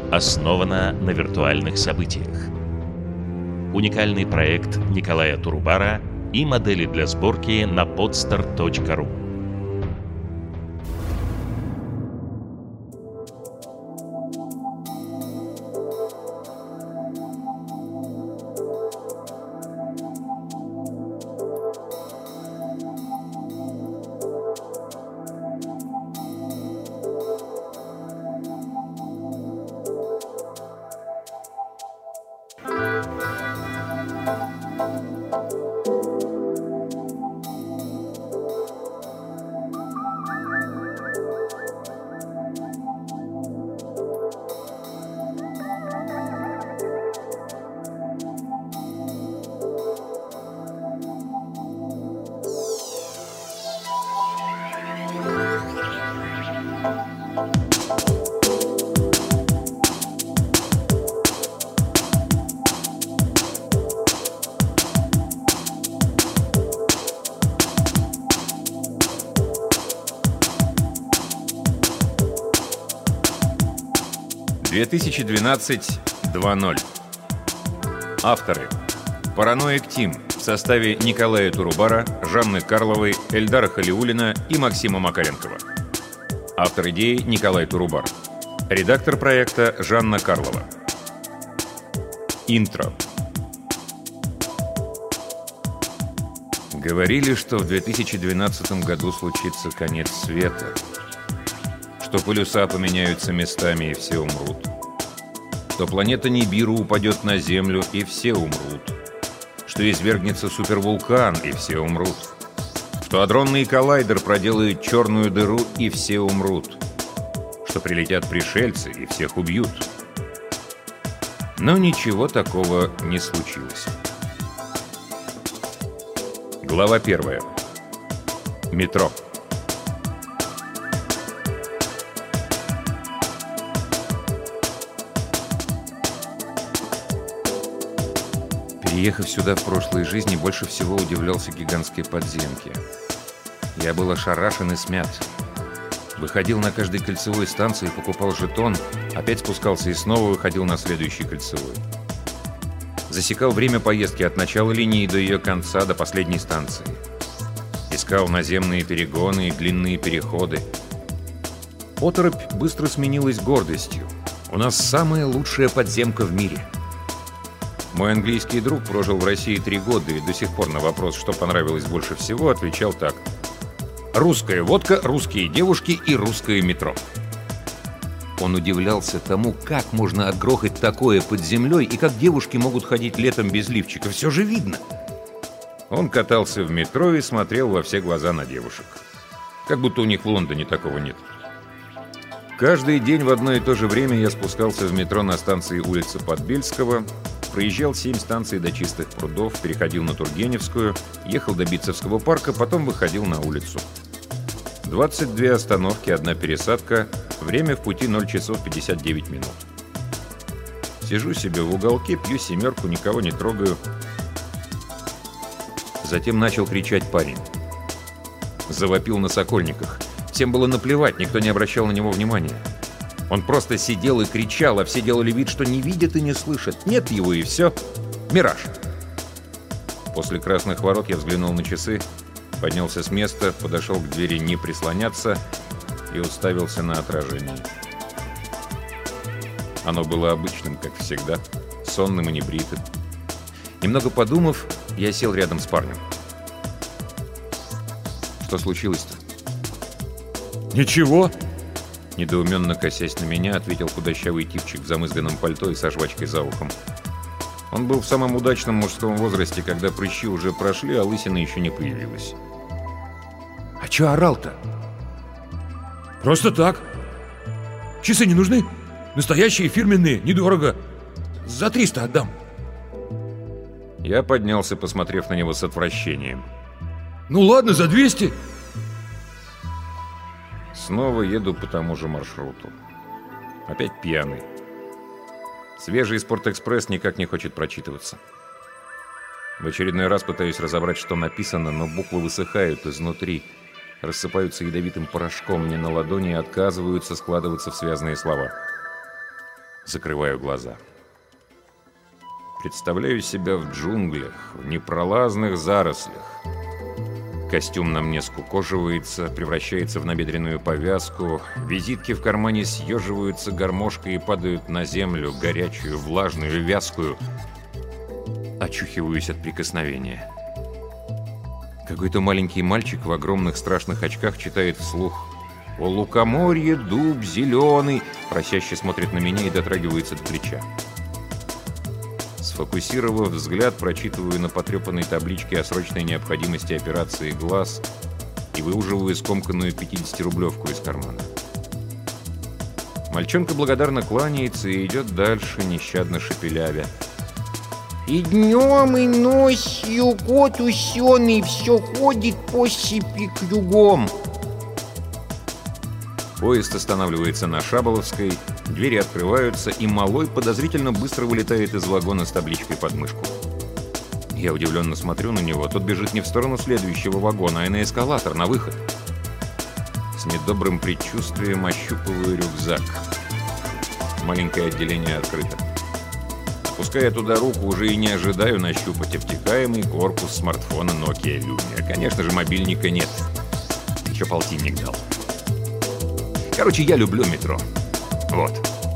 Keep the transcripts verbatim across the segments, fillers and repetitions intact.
основана на виртуальных событиях. Уникальный проект Николая Турубара и модели для сборки на подстар точка ру. две тысячи двенадцать два ноль. Авторы: Paranoid Team в составе Николая Турубара, Жанны Карловой, Эльдара Халиуллина и Максима Макаренкова. Автор идеи — Николай Турубар. Редактор проекта — Жанна Карлова. Интро. Говорили, что в две тысячи двенадцатом году случится конец света, что полюса поменяются местами и все умрут, что планета Нибиру упадет на Землю и все умрут, что извергнется супервулкан и все умрут, что адронный коллайдер проделает черную дыру и все умрут, что прилетят пришельцы и всех убьют. Но ничего такого не случилось. Глава первая. Метро. Приехав сюда в прошлой жизни, больше всего удивлялся гигантской подземке. Я был ошарашен и смят. Выходил на каждой кольцевой станции, покупал жетон, опять спускался и снова выходил на следующей кольцевой. Засекал время поездки от начала линии до ее конца, до последней станции. Искал наземные перегоны и длинные переходы. Оторопь быстро сменилась гордостью. У нас самая лучшая подземка в мире. Мой английский друг прожил в России три года и до сих пор на вопрос, что понравилось больше всего, отвечал так: русская водка, русские девушки и русское метро. Он удивлялся тому, как можно отгрохать такое под землей и как девушки могут ходить летом без лифчика. Все же видно. Он катался в метро и смотрел во все глаза на девушек. Как будто у них в Лондоне такого нет. Каждый день в одно и то же время я спускался в метро на станции улицы Подбельского, проезжал семь станций до Чистых прудов, переходил на Тургеневскую, ехал до Битцевского парка, потом выходил на улицу. двадцать две остановки, одна пересадка, время в пути ноль часов пятьдесят девять минут. Сижу себе в уголке, пью семерку, никого не трогаю. Затем начал кричать парень. Завопил на Сокольниках. Всем было наплевать, никто не обращал на него внимания. Он просто сидел и кричал, а все делали вид, что не видят и не слышат. Нет его, и все. Мираж. После красных ворот я взглянул на часы, поднялся с места, подошел к двери не прислоняться и уставился на отражение. Оно было обычным, как всегда, сонным и небритым. Немного подумав, я сел рядом с парнем. Что случилось-то? «Ничего!» Недоуменно косясь на меня, ответил худощавый типчик в замызганном пальто и со жвачкой за ухом. Он был в самом удачном мужском возрасте, когда прыщи уже прошли, а лысина еще не появилась. «А чё орал-то?» «Просто так. Часы не нужны? Настоящие, фирменные, недорого. За триста отдам». Я поднялся, посмотрев на него с отвращением. «Ну ладно, за двести». Снова еду по тому же маршруту. Опять пьяный. Свежий «Спортэкспресс» никак не хочет прочитываться. В очередной раз пытаюсь разобрать, что написано, но буквы высыхают изнутри, рассыпаются ядовитым порошком мне на ладони и отказываются складываться в связные слова. Закрываю глаза. Представляю себя в джунглях, в непролазных зарослях. Костюм на мне скукоживается, превращается в набедренную повязку. Визитки в кармане съеживаются гармошкой и падают на землю, горячую, влажную, вязкую. Очухиваюсь от прикосновения. Какой-то маленький мальчик в огромных страшных очках читает вслух: «О лукоморье, дуб зеленый», просяще смотрит на меня и дотрагивается до плеча. Сфокусировав взгляд, прочитываю на потрепанной табличке о срочной необходимости операции глаз и выуживаю скомканную пятидесятирублевку из кармана. Мальчонка благодарно кланяется и идет дальше, нещадно шепелявя. И днем, и ночью кот усёный все ходит по степи кругом. Поезд останавливается на Шаболовской, двери открываются, и малой подозрительно быстро вылетает из вагона с табличкой под мышку. Я удивленно смотрю на него, тот бежит не в сторону следующего вагона, а на эскалатор, на выход. С недобрым предчувствием ощупываю рюкзак. Маленькое отделение открыто. Опуская туда руку, уже и не ожидаю нащупать обтекаемый корпус смартфона Nokia Lumia. Конечно же, мобильника нет. Еще полтинник дал. Короче, я люблю метро. Вот.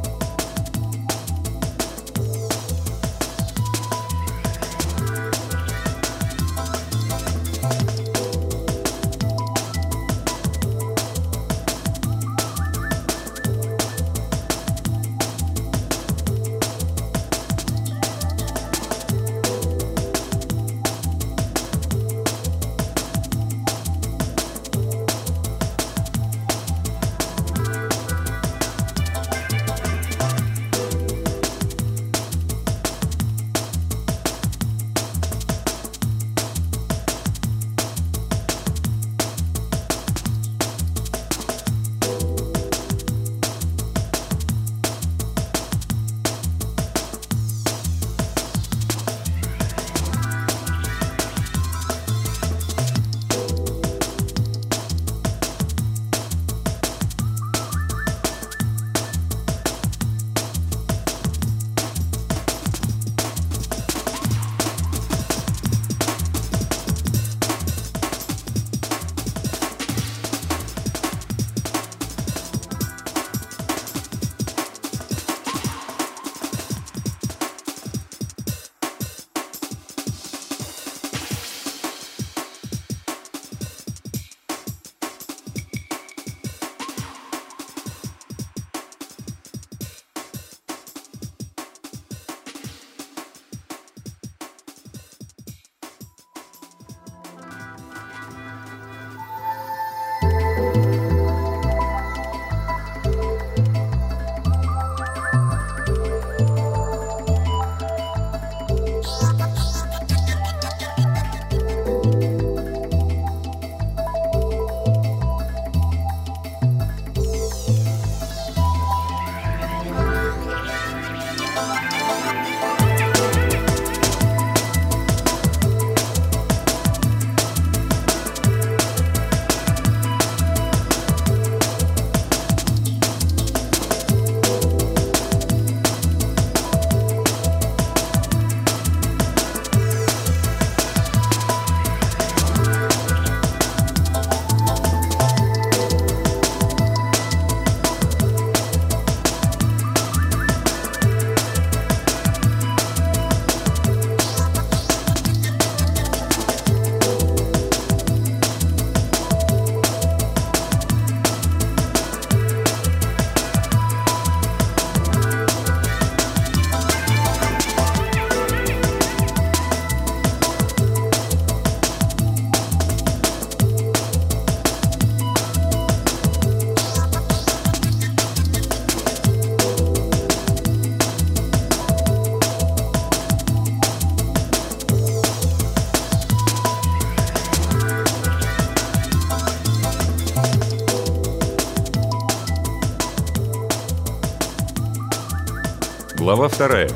Глава вторая.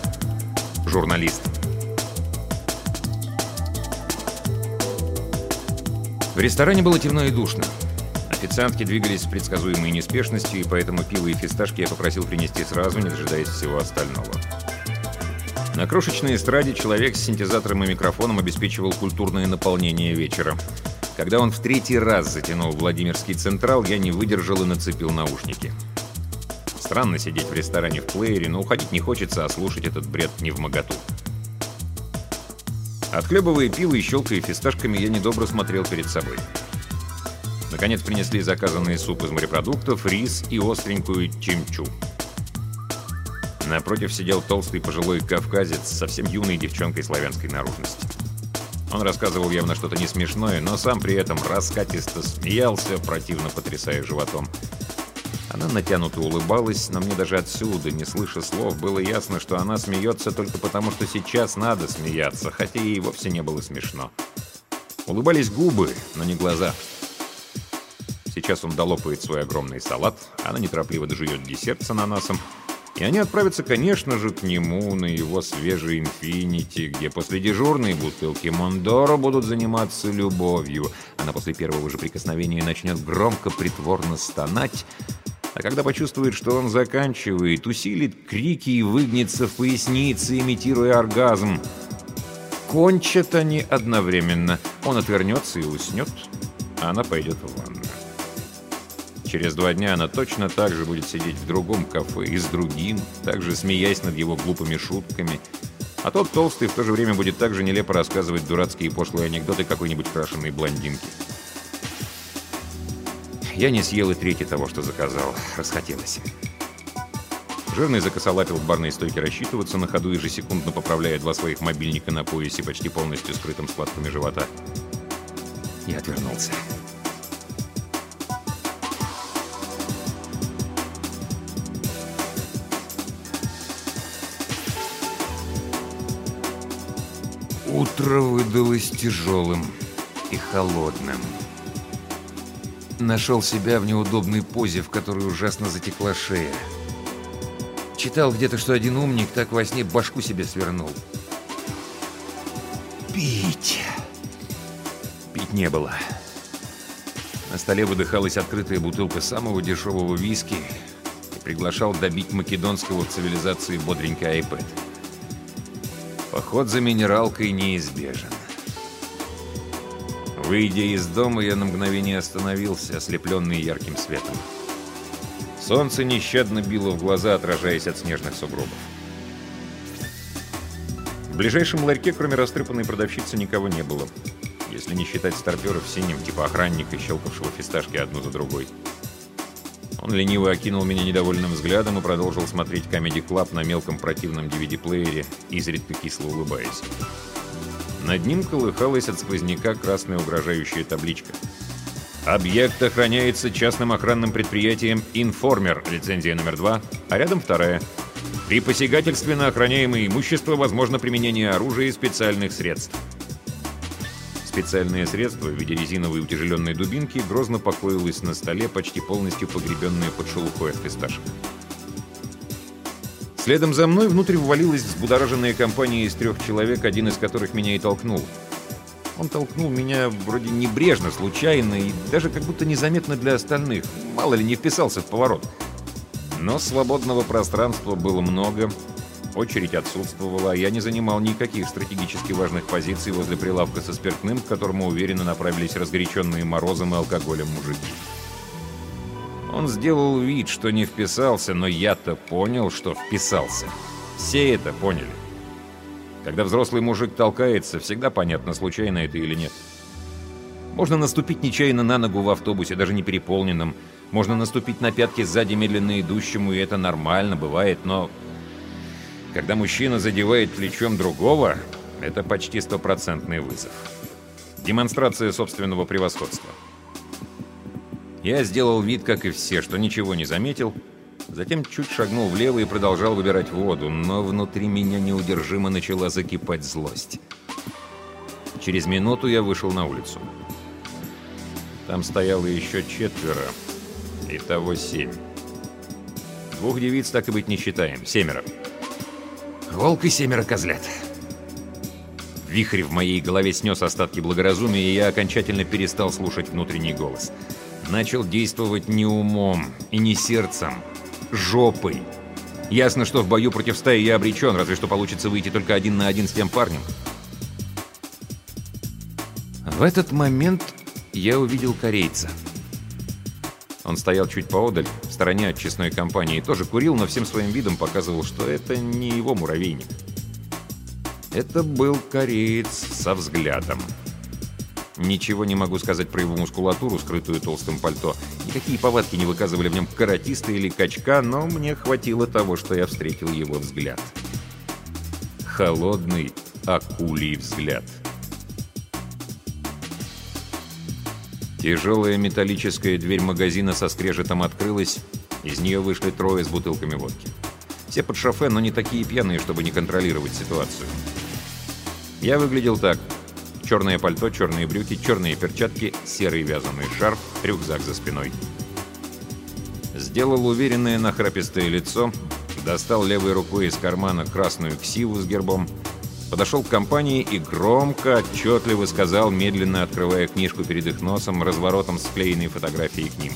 Журналист. В ресторане было темно и душно. Официантки двигались с предсказуемой неспешностью, и поэтому пиво и фисташки я попросил принести сразу, не дожидаясь всего остального. На крошечной эстраде человек с синтезатором и микрофоном обеспечивал культурное наполнение вечера. Когда он в третий раз затянул Владимирский Централ, я не выдержал и нацепил наушники. Странно сидеть в ресторане в плеере, но уходить не хочется, а слушать этот бред невмоготу. Отхлебывая пиво и щелкая фисташками, я недобро смотрел перед собой. Наконец принесли заказанный суп из морепродуктов, рис и остренькую чимчу. Напротив сидел толстый пожилой кавказец с совсем юной девчонкой славянской наружности. Он рассказывал явно что-то не смешное, но сам при этом раскатисто смеялся, противно потрясая животом. Она натянуто улыбалась, но мне даже отсюда, не слыша слов, было ясно, что она смеется только потому, что сейчас надо смеяться, хотя ей вовсе не было смешно. Улыбались губы, но не глаза. Сейчас он долопает свой огромный салат, она неторопливо дожует десерт с ананасом, и они отправятся, конечно же, к нему на его свежий «Инфинити», где после дежурной бутылки Мондоро будут заниматься любовью. Она после первого же прикосновения начнет громко, притворно стонать, а когда почувствует, что он заканчивает, усилит крики и выгнется в пояснице, имитируя оргазм. Кончат они одновременно. Он отвернется и уснет, а она пойдет в ванну. Через два дня она точно так же будет сидеть в другом кафе и с другим, также смеясь над его глупыми шутками. А тот толстый в то же время будет также нелепо рассказывать дурацкие и пошлые анекдоты какой-нибудь крашеной блондинки. Я не съел и трети того, что заказал. Расхотелось. Жирный закосолапил в барной стойке рассчитываться, на ходу ежесекундно поправляя два своих мобильника на поясе, почти полностью скрытым складками живота. Я отвернулся. Утро выдалось тяжелым и холодным. Нашел себя в неудобной позе, в которой ужасно затекла шея. Читал где-то, что один умник так во сне башку себе свернул. Пить. Пить не было. На столе выдыхалась открытая бутылка самого дешевого виски и приглашал добить македонского в цивилизации бодренький айпэд. Поход за минералкой неизбежен. Выйдя из дома, я на мгновение остановился, ослепленный ярким светом. Солнце нещадно било в глаза, отражаясь от снежных сугробов. В ближайшем ларьке, кроме растрепанной продавщицы, никого не было, если не считать старпера в синем, типа охранника, щелкавшего фисташки одну за другой. Он лениво окинул меня недовольным взглядом и продолжил смотреть Comedy Club на мелком противном ди ви ди-плеере, изредка кисло улыбаясь. Над ним колыхалась от сквозняка красная угрожающая табличка. «Объект охраняется частным охранным предприятием «Информер», лицензия номер два, а рядом вторая. При посягательстве на охраняемое имущество возможно применение оружия и специальных средств». Специальное средство в виде резиновой утяжеленной дубинки грозно покоилось на столе, почти полностью погребенное под шелухой от фисташек. Следом за мной внутрь ввалилась взбудораженная компания из трех человек, один из которых меня и толкнул. Он толкнул меня вроде небрежно, случайно и даже как будто незаметно для остальных. Мало ли, не вписался в поворот. Но свободного пространства было много, очередь отсутствовала, а я не занимал никаких стратегически важных позиций возле прилавка со спиртным, к которому уверенно направились разгоряченные морозом и алкоголем мужики. Он сделал вид, что не вписался, но я-то понял, что вписался. Все это поняли. Когда взрослый мужик толкается, всегда понятно, случайно это или нет. Можно наступить нечаянно на ногу в автобусе, даже не переполненном. Можно наступить на пятки сзади медленно идущему, и это нормально, бывает, но... Когда мужчина задевает плечом другого, это почти стопроцентный вызов. Демонстрация собственного превосходства. Я сделал вид, как и все, что ничего не заметил, затем чуть шагнул влево и продолжал выбирать воду, но внутри меня неудержимо начала закипать злость. Через минуту я вышел на улицу. Там стояло еще четверо, итого семь. Двух девиц так и быть не считаем, семеро. Волк и семеро козлят. Вихрь в моей голове снес остатки благоразумия, и я окончательно перестал слушать внутренний голос. Начал действовать не умом и не сердцем, жопой. Ясно, что в бою против стаи я обречен, разве что получится выйти только один на один с тем парнем. В этот момент я увидел корейца. Он стоял чуть поодаль, в стороне от честной компании, тоже курил, но всем своим видом показывал, что это не его муравейник. Это был кореец со взглядом. Ничего не могу сказать про его мускулатуру, скрытую толстым пальто. Никакие повадки не выказывали в нем каратиста или качка, но мне хватило того, что я встретил его взгляд. Холодный, акулий взгляд. Тяжелая металлическая дверь магазина со скрежетом открылась, из нее вышли трое с бутылками водки. Все под шофе, но не такие пьяные, чтобы не контролировать ситуацию. Я выглядел так. Черное пальто, черные брюки, черные перчатки, серый вязаный шарф, рюкзак за спиной. Сделал уверенное нахрапистое лицо, достал левой рукой из кармана красную ксиву с гербом, подошел к компании и громко, отчетливо сказал, медленно открывая книжку перед их носом, разворотом склеенной фотографии к ним.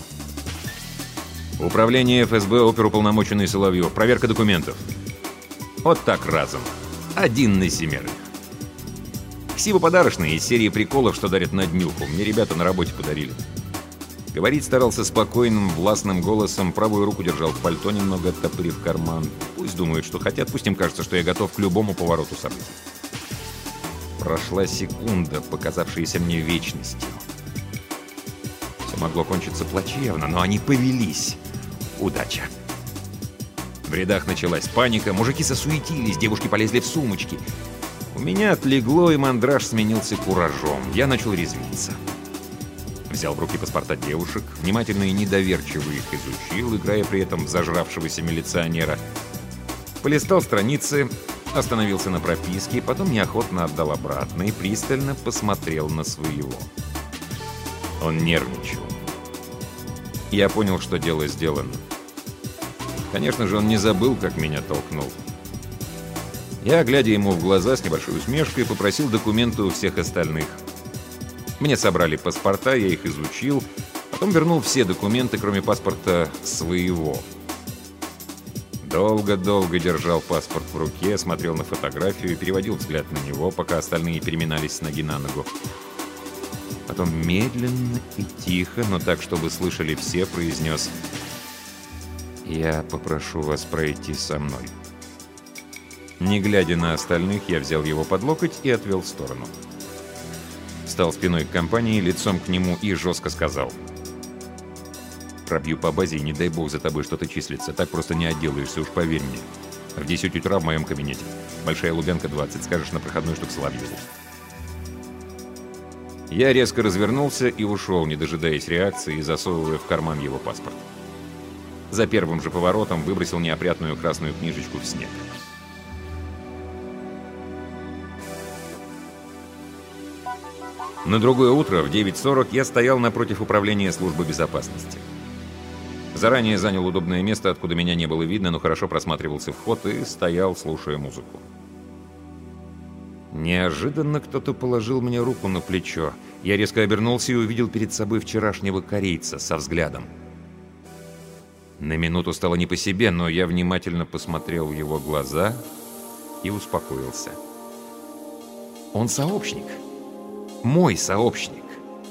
Управление эф эс бэ, оперуполномоченный Соловьев. Проверка документов. Вот так разом. Один на семерых. Ксива подарочная из серии приколов, что дарят на днюху. Мне ребята на работе подарили. Говорить старался спокойным, властным голосом, правую руку держал в пальто, немного оттопырив карман. Пусть думают, что хотят, пусть им кажется, что я готов к любому повороту событий. Прошла секунда, показавшаяся мне вечностью. Все могло кончиться плачевно, но они повелись. Удача. В рядах началась паника, мужики засуетились, девушки полезли в сумочки. У меня отлегло, и мандраж сменился куражом. Я начал резвиться. Взял в руки паспорта девушек, внимательно и недоверчиво их изучил, играя при этом в зажравшегося милиционера. Полистал страницы, остановился на прописке, потом неохотно отдал обратно и пристально посмотрел на своего. Он нервничал. Я понял, что дело сделано. Конечно же, он не забыл, как меня толкнул. Я, глядя ему в глаза с небольшой усмешкой, попросил документы у всех остальных. Мне собрали паспорта, я их изучил, потом вернул все документы, кроме паспорта своего. Долго-долго держал паспорт в руке, смотрел на фотографию и переводил взгляд на него, пока остальные переминались с ноги на ногу. Потом медленно и тихо, но так, чтобы слышали все, произнес: «Я попрошу вас пройти со мной». Не глядя на остальных, я взял его под локоть и отвел в сторону. Встал спиной к компании, лицом к нему и жестко сказал: «Пробью по базе, и не дай бог за тобой что-то числится. Так просто не отделаешься, уж поверь мне. В десять утра в моем кабинете. Большая Лубянка, двадцать. Скажешь на проходной, что к Соловьеву». Я резко развернулся и ушел, не дожидаясь реакции и засовывая в карман его паспорт. За первым же поворотом выбросил неопрятную красную книжечку в снег. На другое утро в девять сорок я стоял напротив управления службы безопасности. Заранее занял удобное место, откуда меня не было видно, но хорошо просматривался вход, и стоял, слушая музыку. Неожиданно кто-то положил мне руку на плечо. Я резко обернулся и увидел перед собой вчерашнего корейца со взглядом. На минуту стало не по себе, но я внимательно посмотрел в его глаза и успокоился. Он сообщник. Мой сообщник.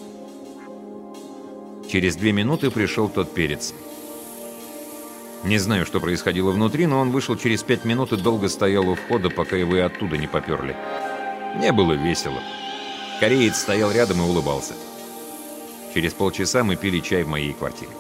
Через две минуты пришел тот перец. Не знаю, что происходило внутри, но он вышел через пять минут и долго стоял у входа, пока его и оттуда не поперли. Мне было весело. Кореец стоял рядом и улыбался. Через полчаса мы пили чай в моей квартире.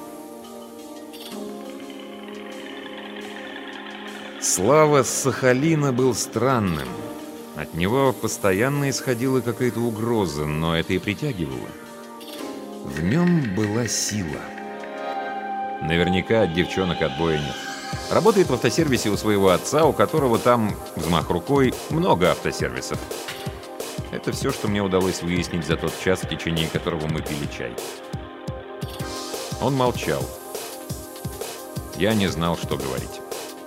Слава с Сахалина был странным. От него постоянно исходила какая-то угроза, но это и притягивало. В нем была сила. Наверняка от девчонок отбоя нет. Работает в автосервисе у своего отца, у которого там, взмах рукой, много автосервисов. Это все, что мне удалось выяснить за тот час, в течение которого мы пили чай. Он молчал. Я не знал, что говорить.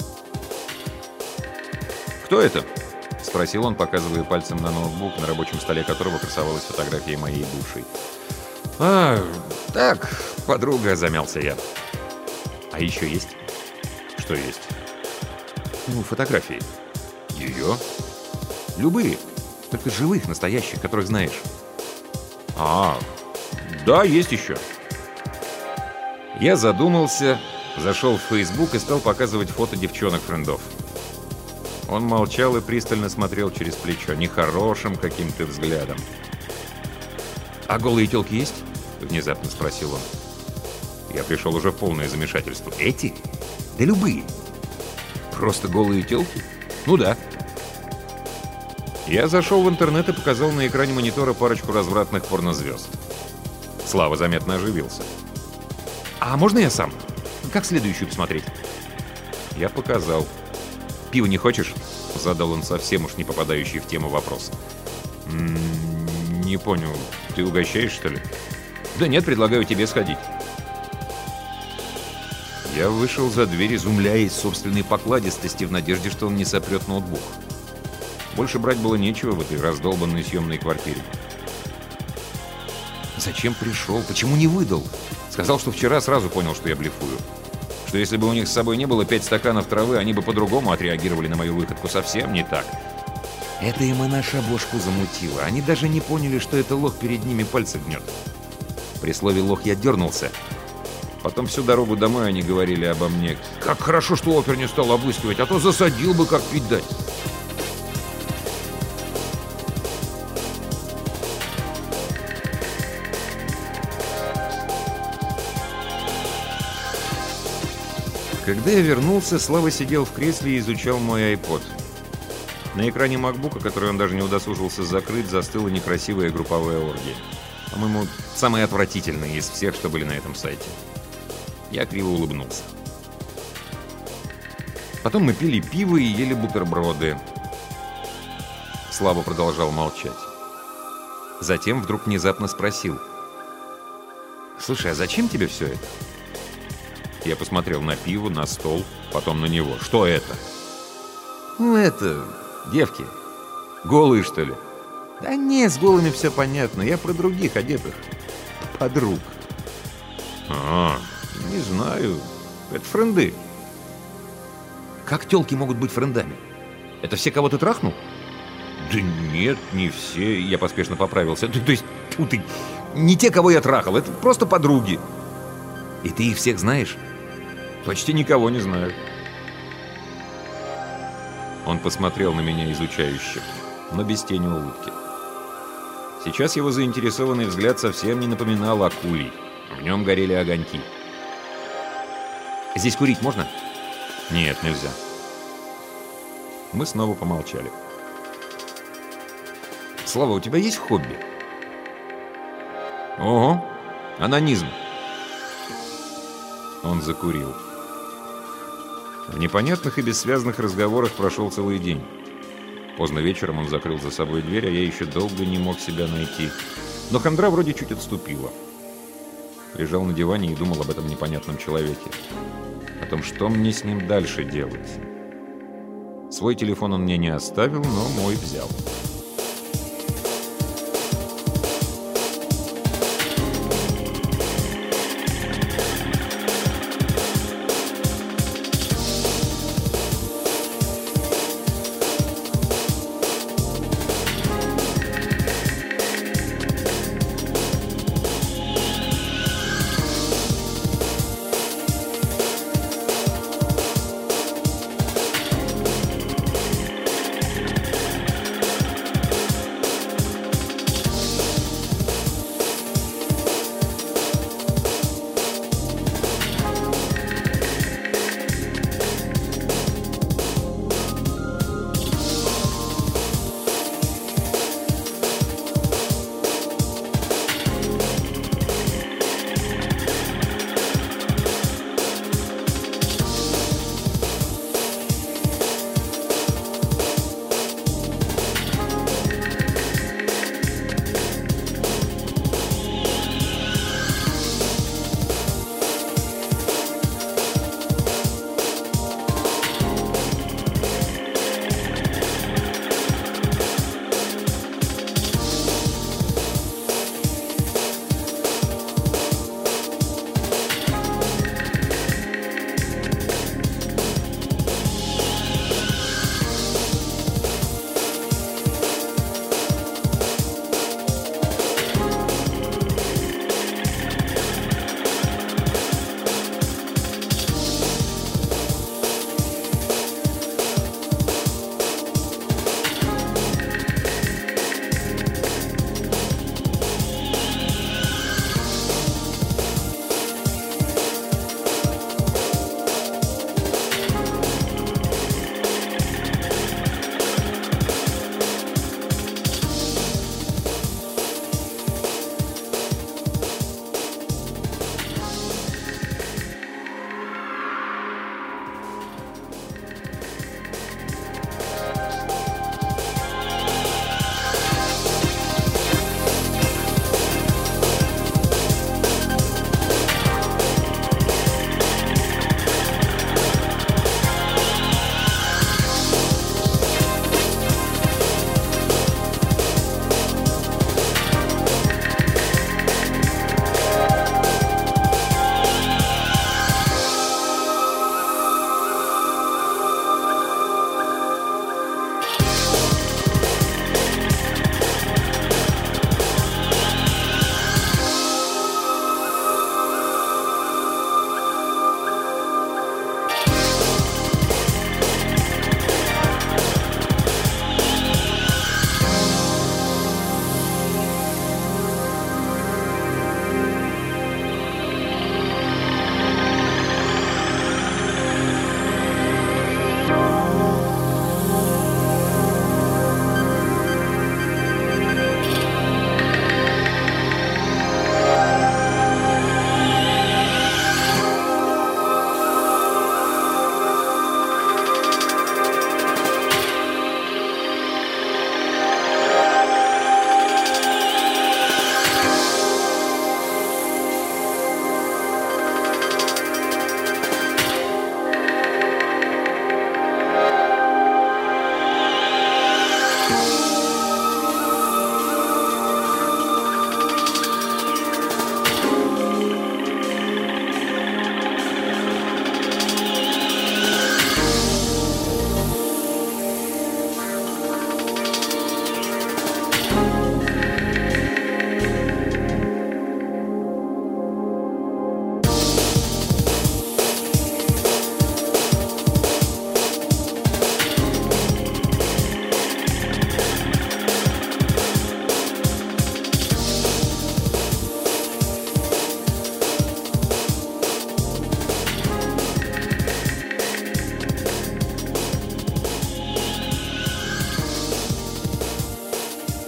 «Кто это?» — спросил он, показывая пальцем на ноутбук, на рабочем столе которого красовалась фотография моей бывшей. А, так, подруга, замялся я. А еще есть? Что есть? Ну, фотографии. Ее? Любые. Только живых, настоящих, которых знаешь. А, да, есть еще. Я задумался, зашел в Facebook и стал показывать фото девчонок-френдов. Он молчал и пристально смотрел через плечо, нехорошим каким-то взглядом. «А голые тёлки есть?» — внезапно спросил он. Я пришел уже в полное замешательство. «Эти? Да любые. Просто голые тёлки? Ну да». Я зашел в интернет и показал на экране монитора парочку развратных порнозвезд. Слава заметно оживился. «А можно я сам? Как следующую посмотреть?» Я показал. «Пиво не хочешь?» — задал он совсем уж не попадающий в тему вопрос. «М-м, не понял. Ты угощаешь, что ли?» «Да нет, предлагаю тебе сходить». Я вышел за дверь, изумляясь собственной покладистости в надежде, что он не сопрет ноутбук. Больше брать было нечего в этой раздолбанной съемной квартире. Зачем пришел? Почему не выдал? Сказал, что вчера сразу понял, что я блефую. Что если бы у них с собой не было пять стаканов травы, они бы по-другому отреагировали на мою выходку. Совсем не так. Это им и наша бошку замутило. Они даже не поняли, что это лох перед ними пальцы гнет. При слове «лох» я дернулся. Потом всю дорогу домой они говорили обо мне. «Как хорошо, что опер не стал облыскивать, а то засадил бы, как пить дать». Когда я вернулся, Слава сидел в кресле и изучал мой iPod. На экране макбука, который он даже не удосужился закрыть, застыла некрасивая групповая оргия. По-моему, самая отвратительная из всех, что были на этом сайте. Я криво улыбнулся. Потом мы пили пиво и ели бутерброды. Слава продолжал молчать. Затем вдруг внезапно спросил: «Слушай, а зачем тебе все это?» Я посмотрел на пиво, на стол, потом на него. «Что это?» «Ну это... девки. Голые, что ли?» «Да не, с голыми все понятно. Я про других одетых. Подруг». «А, не знаю. Это френды». «Как тёлки могут быть френдами? Это все, кого ты трахнул?» «Да нет, не все». Я поспешно поправился. «То, то есть, тьфу ты, не те, кого я трахал. Это просто подруги». «И ты их всех знаешь?» «Почти никого не знаю». Он посмотрел на меня изучающе, но без тени улыбки. Сейчас его заинтересованный взгляд совсем не напоминал акулий. В нем горели огоньки. «Здесь курить можно?» «Нет, нельзя». Мы снова помолчали. «Слава, у тебя есть хобби?» «Ого, анонизм». Он закурил. В непонятных и бессвязных разговорах прошел целый день. Поздно вечером он закрыл за собой дверь, а я еще долго не мог себя найти. Но хандра вроде чуть отступила. Лежал на диване и думал об этом непонятном человеке. О том, что мне с ним дальше делать. Свой телефон он мне не оставил, но мой взял.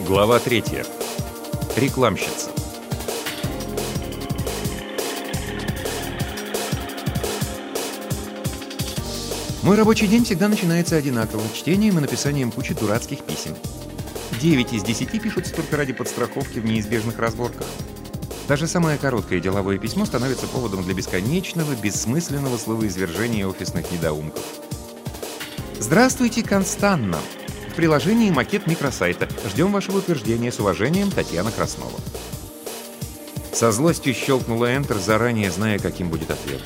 Глава третья. Рекламщица. Мой рабочий день всегда начинается одинаково – чтением и написанием кучи дурацких писем. Девять из десяти пишутся только ради подстраховки в неизбежных разборках. Даже самое короткое деловое письмо становится поводом для бесконечного, бессмысленного словоизвержения офисных недоумков. Здравствуйте, Констанна. В приложении макет микросайта. Ждем вашего утверждения. С уважением, Татьяна Краснова. Со злостью щелкнула Enter, заранее зная, каким будет ответ.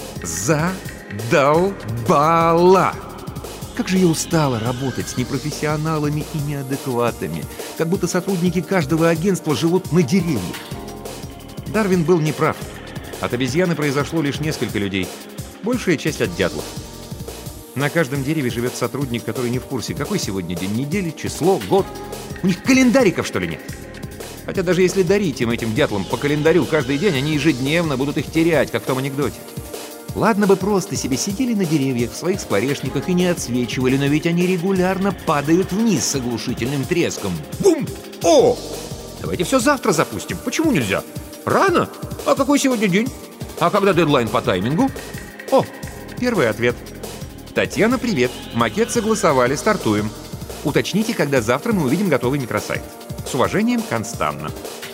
Задолбала! Как же я устала работать с непрофессионалами и неадекватами. Как будто сотрудники каждого агентства живут на деревьях. Дарвин был неправ. От обезьяны произошло лишь несколько людей. Большая часть от дятлов. На каждом дереве живет сотрудник, который не в курсе, какой сегодня день недели, число, год. У них календариков, что ли, нет? Хотя даже если дарить им, этим дятлам, по календарю каждый день, они ежедневно будут их терять, как в том анекдоте. Ладно бы просто себе сидели на деревьях в своих скворечниках и не отсвечивали, но ведь они регулярно падают вниз с оглушительным треском. Бум! О! Давайте все завтра запустим. Почему нельзя? Рано? А какой сегодня день? А когда дедлайн по таймингу? О, первый ответ. Татьяна, привет. Макет согласовали, стартуем. Уточните, когда завтра мы увидим готовый микросайт. С уважением, Констанна.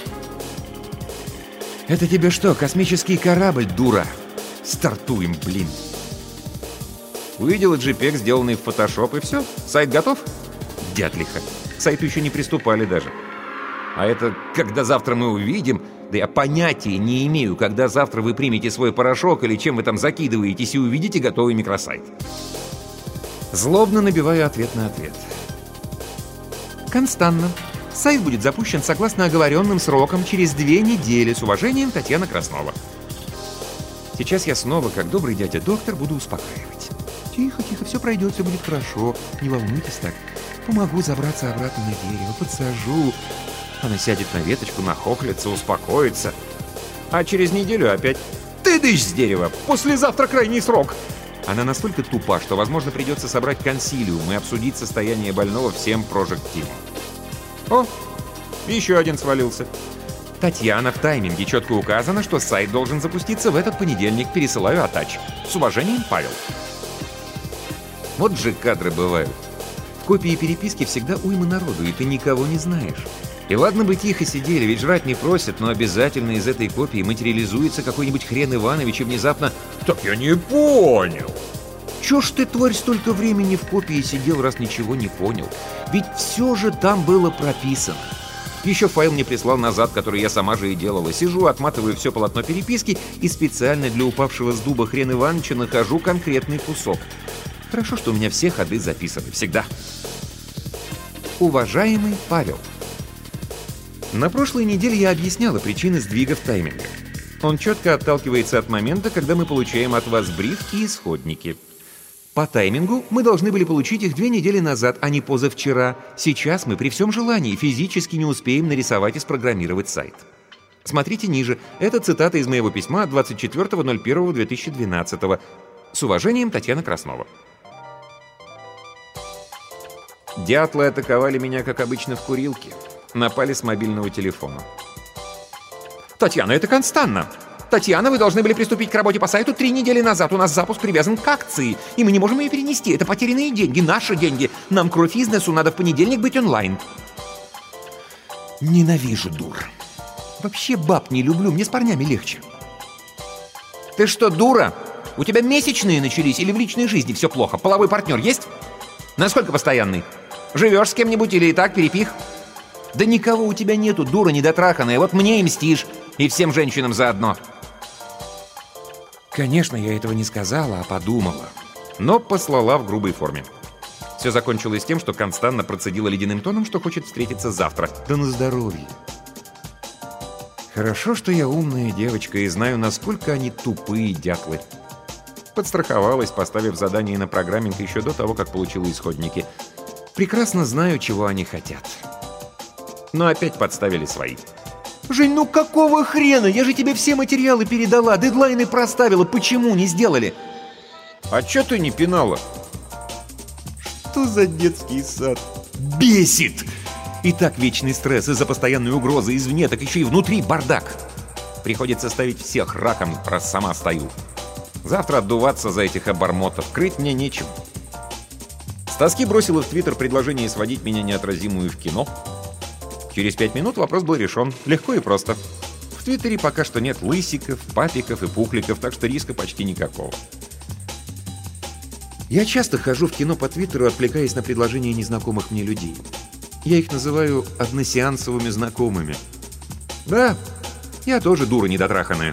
Это тебе что, космический корабль, дура? Стартуем, блин. Увидела джей пег, сделанный в Photoshop, и все? Сайт готов? Дятлиха. К сайту еще не приступали даже. А это когда завтра мы увидим... Да я понятия не имею, когда завтра вы примете свой порошок или чем вы там закидываетесь и увидите готовый микросайт. Злобно набиваю ответ на ответ. Констанна. Сайт будет запущен согласно оговоренным срокам через две недели. С уважением, Татьяна Краснова. Сейчас я снова, как добрый дядя-доктор, буду успокаивать. Тихо, тихо, все пройдет, все будет хорошо. Не волнуйтесь так. Помогу забраться обратно на дерево, подсажу. Она сядет на веточку, нахохлится, успокоится. А через неделю опять «Ты дышь с дерева! Послезавтра крайний срок!» Она настолько тупа, что, возможно, придется собрать консилиум и обсудить состояние больного всем прожект-тимом. О, еще один свалился. Татьяна, в тайминге четко указано, что сайт должен запуститься в этот понедельник. Пересылаю атач. С уважением, Павел. Вот же кадры бывают. В копии переписки всегда уйма народу, и ты никого не знаешь. И ладно бы тихо сидели, ведь жрать не просят, но обязательно из этой копии материализуется какой-нибудь хрен Иванович и внезапно «Так я не понял!» Чё ж ты, тварь, столько времени в копии сидел, раз ничего не понял? Ведь все же там было прописано. Еще файл мне прислал назад, который я сама же и делала. Сижу, отматываю все полотно переписки и специально для упавшего с дуба хрен Ивановича нахожу конкретный кусок. Хорошо, что у меня все ходы записаны. Всегда. Уважаемый Павел. На прошлой неделе я объясняла причины сдвига в тайминге. Он четко отталкивается от момента, когда мы получаем от вас бриф и исходники. По таймингу мы должны были получить их две недели назад, а не позавчера. Сейчас мы при всем желании физически не успеем нарисовать и спрограммировать сайт. Смотрите ниже. Это цитата из моего письма от двадцать четвёртого ноль первого две тысячи двенадцатого. С уважением, Татьяна Краснова. Дятлы атаковали меня, как обычно, в курилке. Напали с мобильного телефона. Татьяна, это Констанна. Татьяна, вы должны были приступить к работе по сайту три недели назад. У нас запуск привязан к акции, и мы не можем ее перенести. Это потерянные деньги, наши деньги. Нам, кровь из носу, надо в понедельник быть онлайн. Ненавижу дур. Вообще баб не люблю, мне с парнями легче. Ты что, дура? У тебя месячные начались или в личной жизни все плохо? Половой партнер есть? Насколько постоянный? Живешь с кем-нибудь или и так перепих? Да никого у тебя нету, дура недотраханная. Вот мне и мстишь. И всем женщинам заодно. Конечно, я этого не сказала, а подумала. Но послала в грубой форме. Все закончилось тем, что Констанна процедила ледяным тоном, что хочет встретиться завтра. Да на здоровье. Хорошо, что я умная девочка и знаю, насколько они тупые дятлы. Подстраховалась, поставив задание на программинг еще до того, как получила исходники. Прекрасно знаю, чего они хотят. Но опять подставили свои. «Жень, ну какого хрена? Я же тебе все материалы передала, дедлайны проставила. Почему не сделали?» «А чё ты не пинала?» Что за детский сад? Бесит! И так вечный стресс из-за постоянной угрозы извне, так еще и внутри бардак. Приходится ставить всех раком, раз сама стою. Завтра отдуваться за этих обормотов, крыть мне нечем. С тоски бросила в Твиттер предложение сводить меня неотразимую в кино. Через пять минут вопрос был решен. Легко и просто. В Твиттере пока что нет лысиков, папиков и пухликов, так что риска почти никакого. Я часто хожу в кино по Твиттеру, отвлекаясь на предложения незнакомых мне людей. Я их называю односеансовыми знакомыми. Да, я тоже дура недотраханная.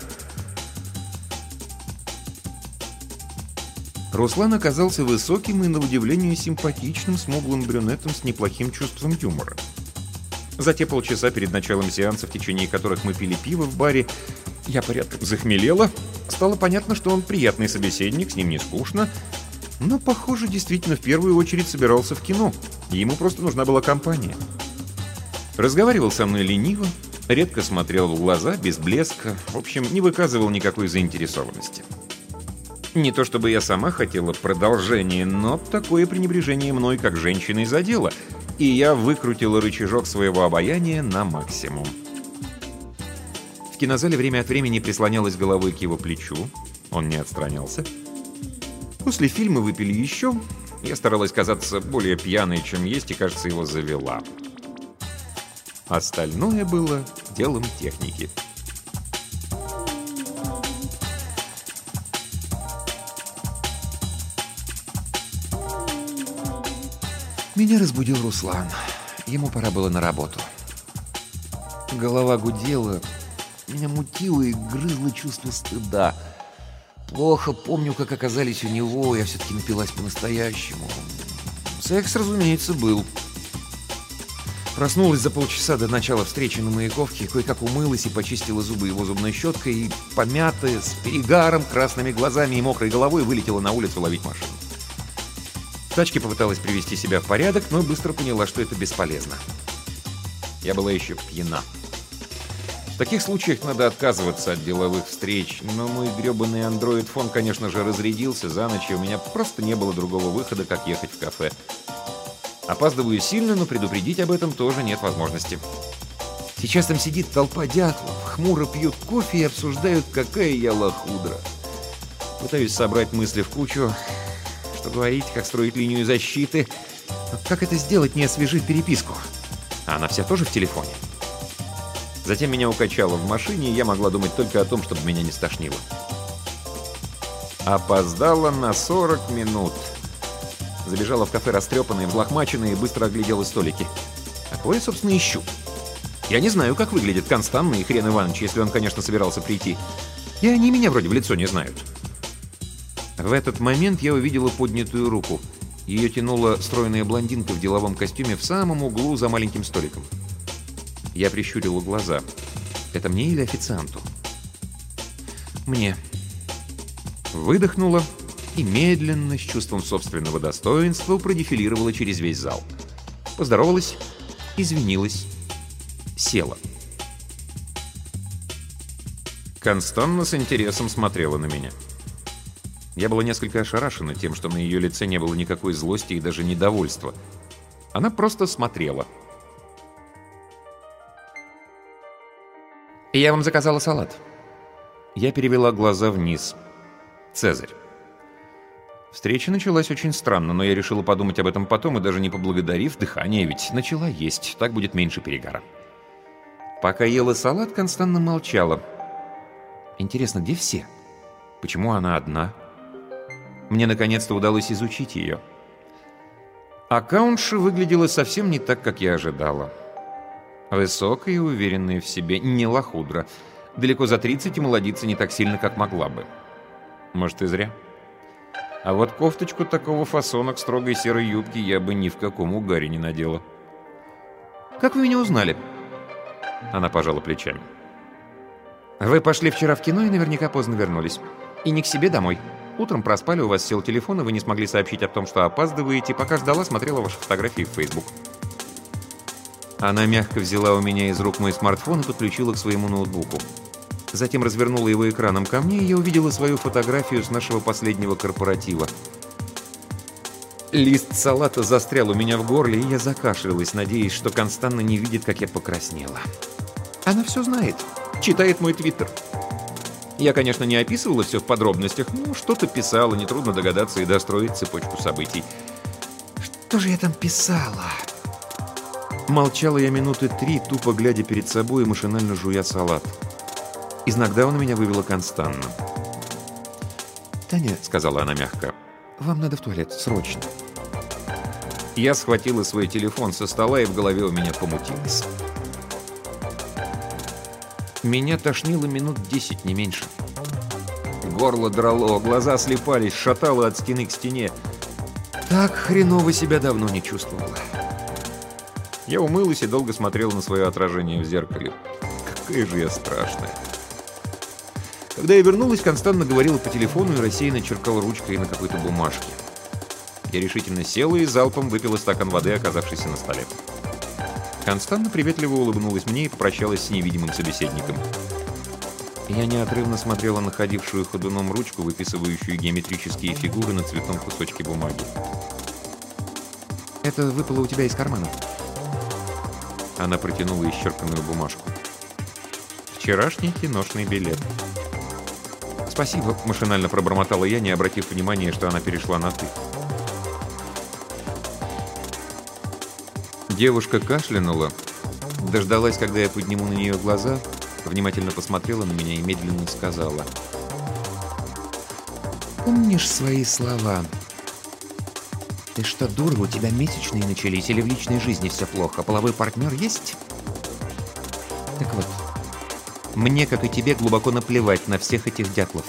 Руслан оказался высоким и, на удивление, симпатичным, смуглым брюнетом с неплохим чувством юмора. За те полчаса перед началом сеанса, в течение которых мы пили пиво в баре, я порядком захмелела. Стало понятно, что он приятный собеседник, с ним не скучно. Но, похоже, действительно в первую очередь собирался в кино. И ему просто нужна была компания. Разговаривал со мной лениво, редко смотрел в глаза, без блеска. В общем, не выказывал никакой заинтересованности. Не то чтобы я сама хотела продолжения, но такое пренебрежение мной как женщиной задело, и я выкрутила рычажок своего обаяния на максимум. В кинозале время от времени прислонялась головой к его плечу, он не отстранялся. После фильма выпили еще, я старалась казаться более пьяной, чем есть, и, кажется, его завела. Остальное было делом техники. Меня разбудил Руслан. Ему пора было на работу. Голова гудела, меня мутило и грызло чувство стыда. Плохо помню, как оказались у него, я все-таки напилась по-настоящему. Секс, разумеется, был. Проснулась за полчаса до начала встречи на Маяковке, кое-как умылась и почистила зубы его зубной щеткой, и, помятая, с перегаром, красными глазами и мокрой головой, вылетела на улицу ловить машину. В тачке попыталась привести себя в порядок, но быстро поняла, что это бесполезно. Я была еще пьяна. В таких случаях надо отказываться от деловых встреч, но мой гребаный андроид-фон, конечно же, разрядился за ночь, и у меня просто не было другого выхода, как ехать в кафе. Опаздываю сильно, но предупредить об этом тоже нет возможности. Сейчас там сидит толпа дятлов, хмуро пьют кофе и обсуждают, какая я лохудра. Пытаюсь собрать мысли в кучу, что говорить, как строить линию защиты. Но как это сделать, не освежив переписку? А она вся тоже в телефоне. Затем меня укачало в машине, и я могла думать только о том, чтобы меня не стошнило. Опоздала на сорок минут. Забежала в кафе растрепанная, взлохмаченная, и быстро оглядела столики. А кого я, собственно, ищу? Я не знаю, как выглядит Констанна и Хрен Иванович, если он, конечно, собирался прийти. И они меня вроде в лицо не знают. В этот момент я увидела поднятую руку. Ее тянула стройная блондинка в деловом костюме в самом углу за маленьким столиком. Я прищурила глаза. Это мне или официанту? Мне. Выдохнула и медленно, с чувством собственного достоинства, продефилировала через весь зал. Поздоровалась, извинилась, села. Констанна с интересом смотрела на меня. Я была несколько ошарашена тем, что на ее лице не было никакой злости и даже недовольства. Она просто смотрела. «Я вам заказала салат». Я перевела глаза вниз. «Цезарь». Встреча началась очень странно, но я решила подумать об этом потом и, даже не поблагодарив, дыхание ведь начала есть, так будет меньше перегара. Пока ела салат, Констанна молчала. Интересно, где все? Почему она одна? Мне наконец-то удалось изучить ее. Аккаунтша выглядела совсем не так, как я ожидала. Высокая и уверенная в себе, не лохудра. Далеко за тридцать и молодиться не так сильно, как могла бы. Может, и зря. А вот кофточку такого фасона к строгой серой юбке я бы ни в каком угаре не надела. «Как вы меня узнали?» Она пожала плечами. «Вы пошли вчера в кино и наверняка поздно вернулись. И не к себе домой. Утром проспали, у вас сел телефон, и вы не смогли сообщить о том, что опаздываете, пока ждала, смотрела ваши фотографии в Facebook». Она мягко взяла у меня из рук мой смартфон и подключила к своему ноутбуку. Затем развернула его экраном ко мне, и я увидела свою фотографию с нашего последнего корпоратива. Лист салата застрял у меня в горле, и я закашлялась, надеясь, что Констанна не видит, как я покраснела. Она все знает, читает мой твиттер. Я, конечно, не описывала все в подробностях, но что-то писала, нетрудно догадаться и достроить цепочку событий. Что же я там писала? Молчала я минуты три, тупо глядя перед собой и машинально жуя салат. Из нокдауна меня вывела Констанна. «Таня», — сказала она мягко, — «вам надо в туалет, срочно». Я схватила свой телефон со стола, и в голове у меня помутилось. Меня тошнило минут десять, не меньше. Горло драло, глаза слепались, шатало от стены к стене. Так хреново себя давно не чувствовала. Я умылась и долго смотрела на свое отражение в зеркале. Какая же я страшная. Когда я вернулась, Констанна говорила по телефону и рассеянно черкала ручкой на какой-то бумажке. Я решительно села и залпом выпила стакан воды, оказавшийся на столе. Констанна приветливо улыбнулась мне и попрощалась с невидимым собеседником. Я неотрывно смотрела на ходившую ходуном ручку, выписывающую геометрические фигуры на цветном кусочке бумаги. «Это выпало у тебя из кармана». Она протянула исчерканную бумажку. «Вчерашний киношный билет». «Спасибо», — машинально пробормотала я, не обратив внимания, что она перешла на «ты». Девушка кашлянула, дождалась, когда я подниму на нее глаза, внимательно посмотрела на меня и медленно сказала: «Помнишь свои слова? Ты что, дура, у тебя месячные начались или в личной жизни все плохо? Половой партнер есть?» Так вот, мне, как и тебе, глубоко наплевать на всех этих дятлов.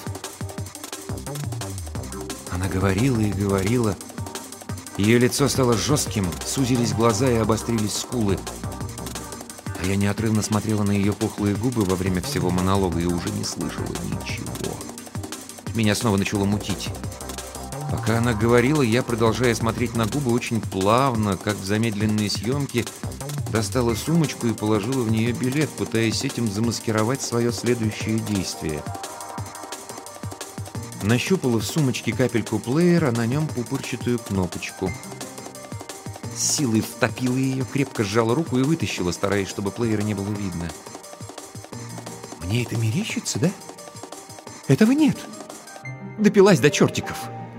Она говорила и говорила. Ее лицо стало жестким, сузились глаза и обострились скулы. А я неотрывно смотрела на ее пухлые губы во время всего монолога и уже не слышала ничего. Меня снова начало мутить. Пока она говорила, я, продолжая смотреть на губы, очень плавно, как в замедленной съемке, достала сумочку и положила в нее билет, пытаясь этим замаскировать свое следующее действие. Нащупала в сумочке капельку плеера, а на нем пупырчатую кнопочку. С силой втопила ее, крепко сжала руку и вытащила, стараясь, чтобы плеера не было видно. Мне это мерещится, да? Этого нет. Допилась до чертиков.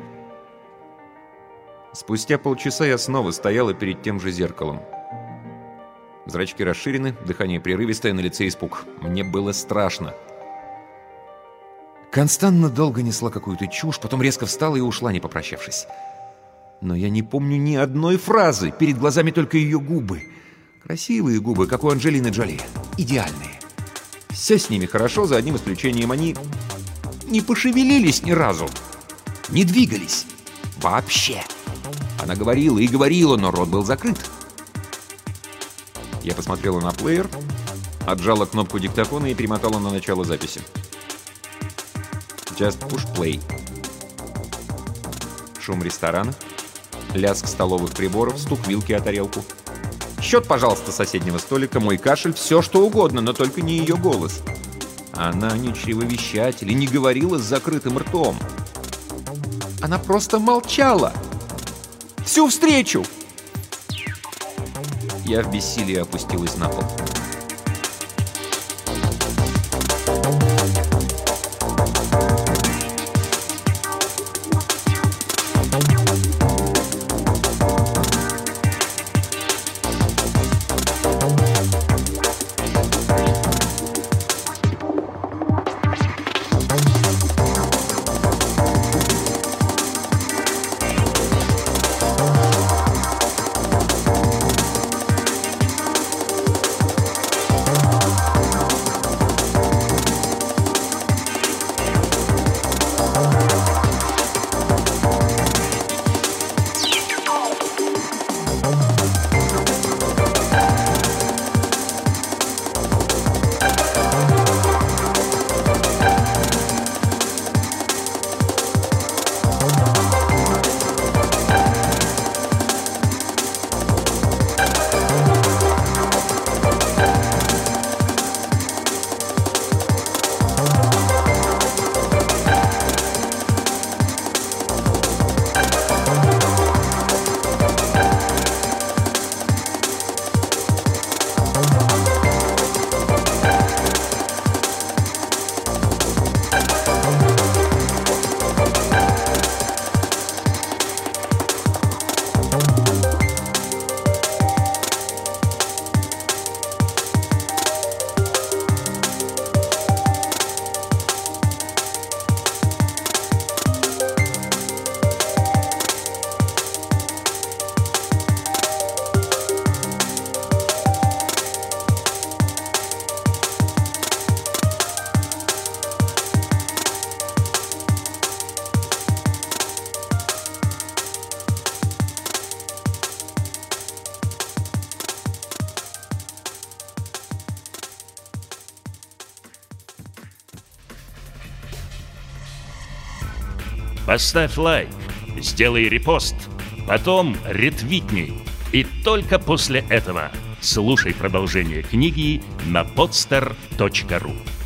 Спустя полчаса я снова стояла перед тем же зеркалом. Зрачки расширены, дыхание прерывистое, на лице испуг. Мне было страшно. Констанна долго несла какую-то чушь, потом резко встала и ушла, не попрощавшись. Но я не помню ни одной фразы, перед глазами только ее губы. Красивые губы, как у Анджелины Джоли. Идеальные. Все с ними хорошо, за одним исключением они не пошевелились ни разу. Не двигались. Вообще. Она говорила и говорила, но рот был закрыт. Я посмотрела на плеер, отжала кнопку диктофона и перемотала на начало записи. Just push play. Шум ресторана, лязг столовых приборов, стук вилки о тарелку. Счет, пожалуйста, соседнего столика, мой кашель, все что угодно, но только не ее голос. Она не чревовещатель и не говорила с закрытым ртом. Она просто молчала. Всю встречу! Я в бессилии опустилась на пол. Поставь лайк, сделай репост, потом ретвитни. И только после этого слушай продолжение книги на podster точка ru.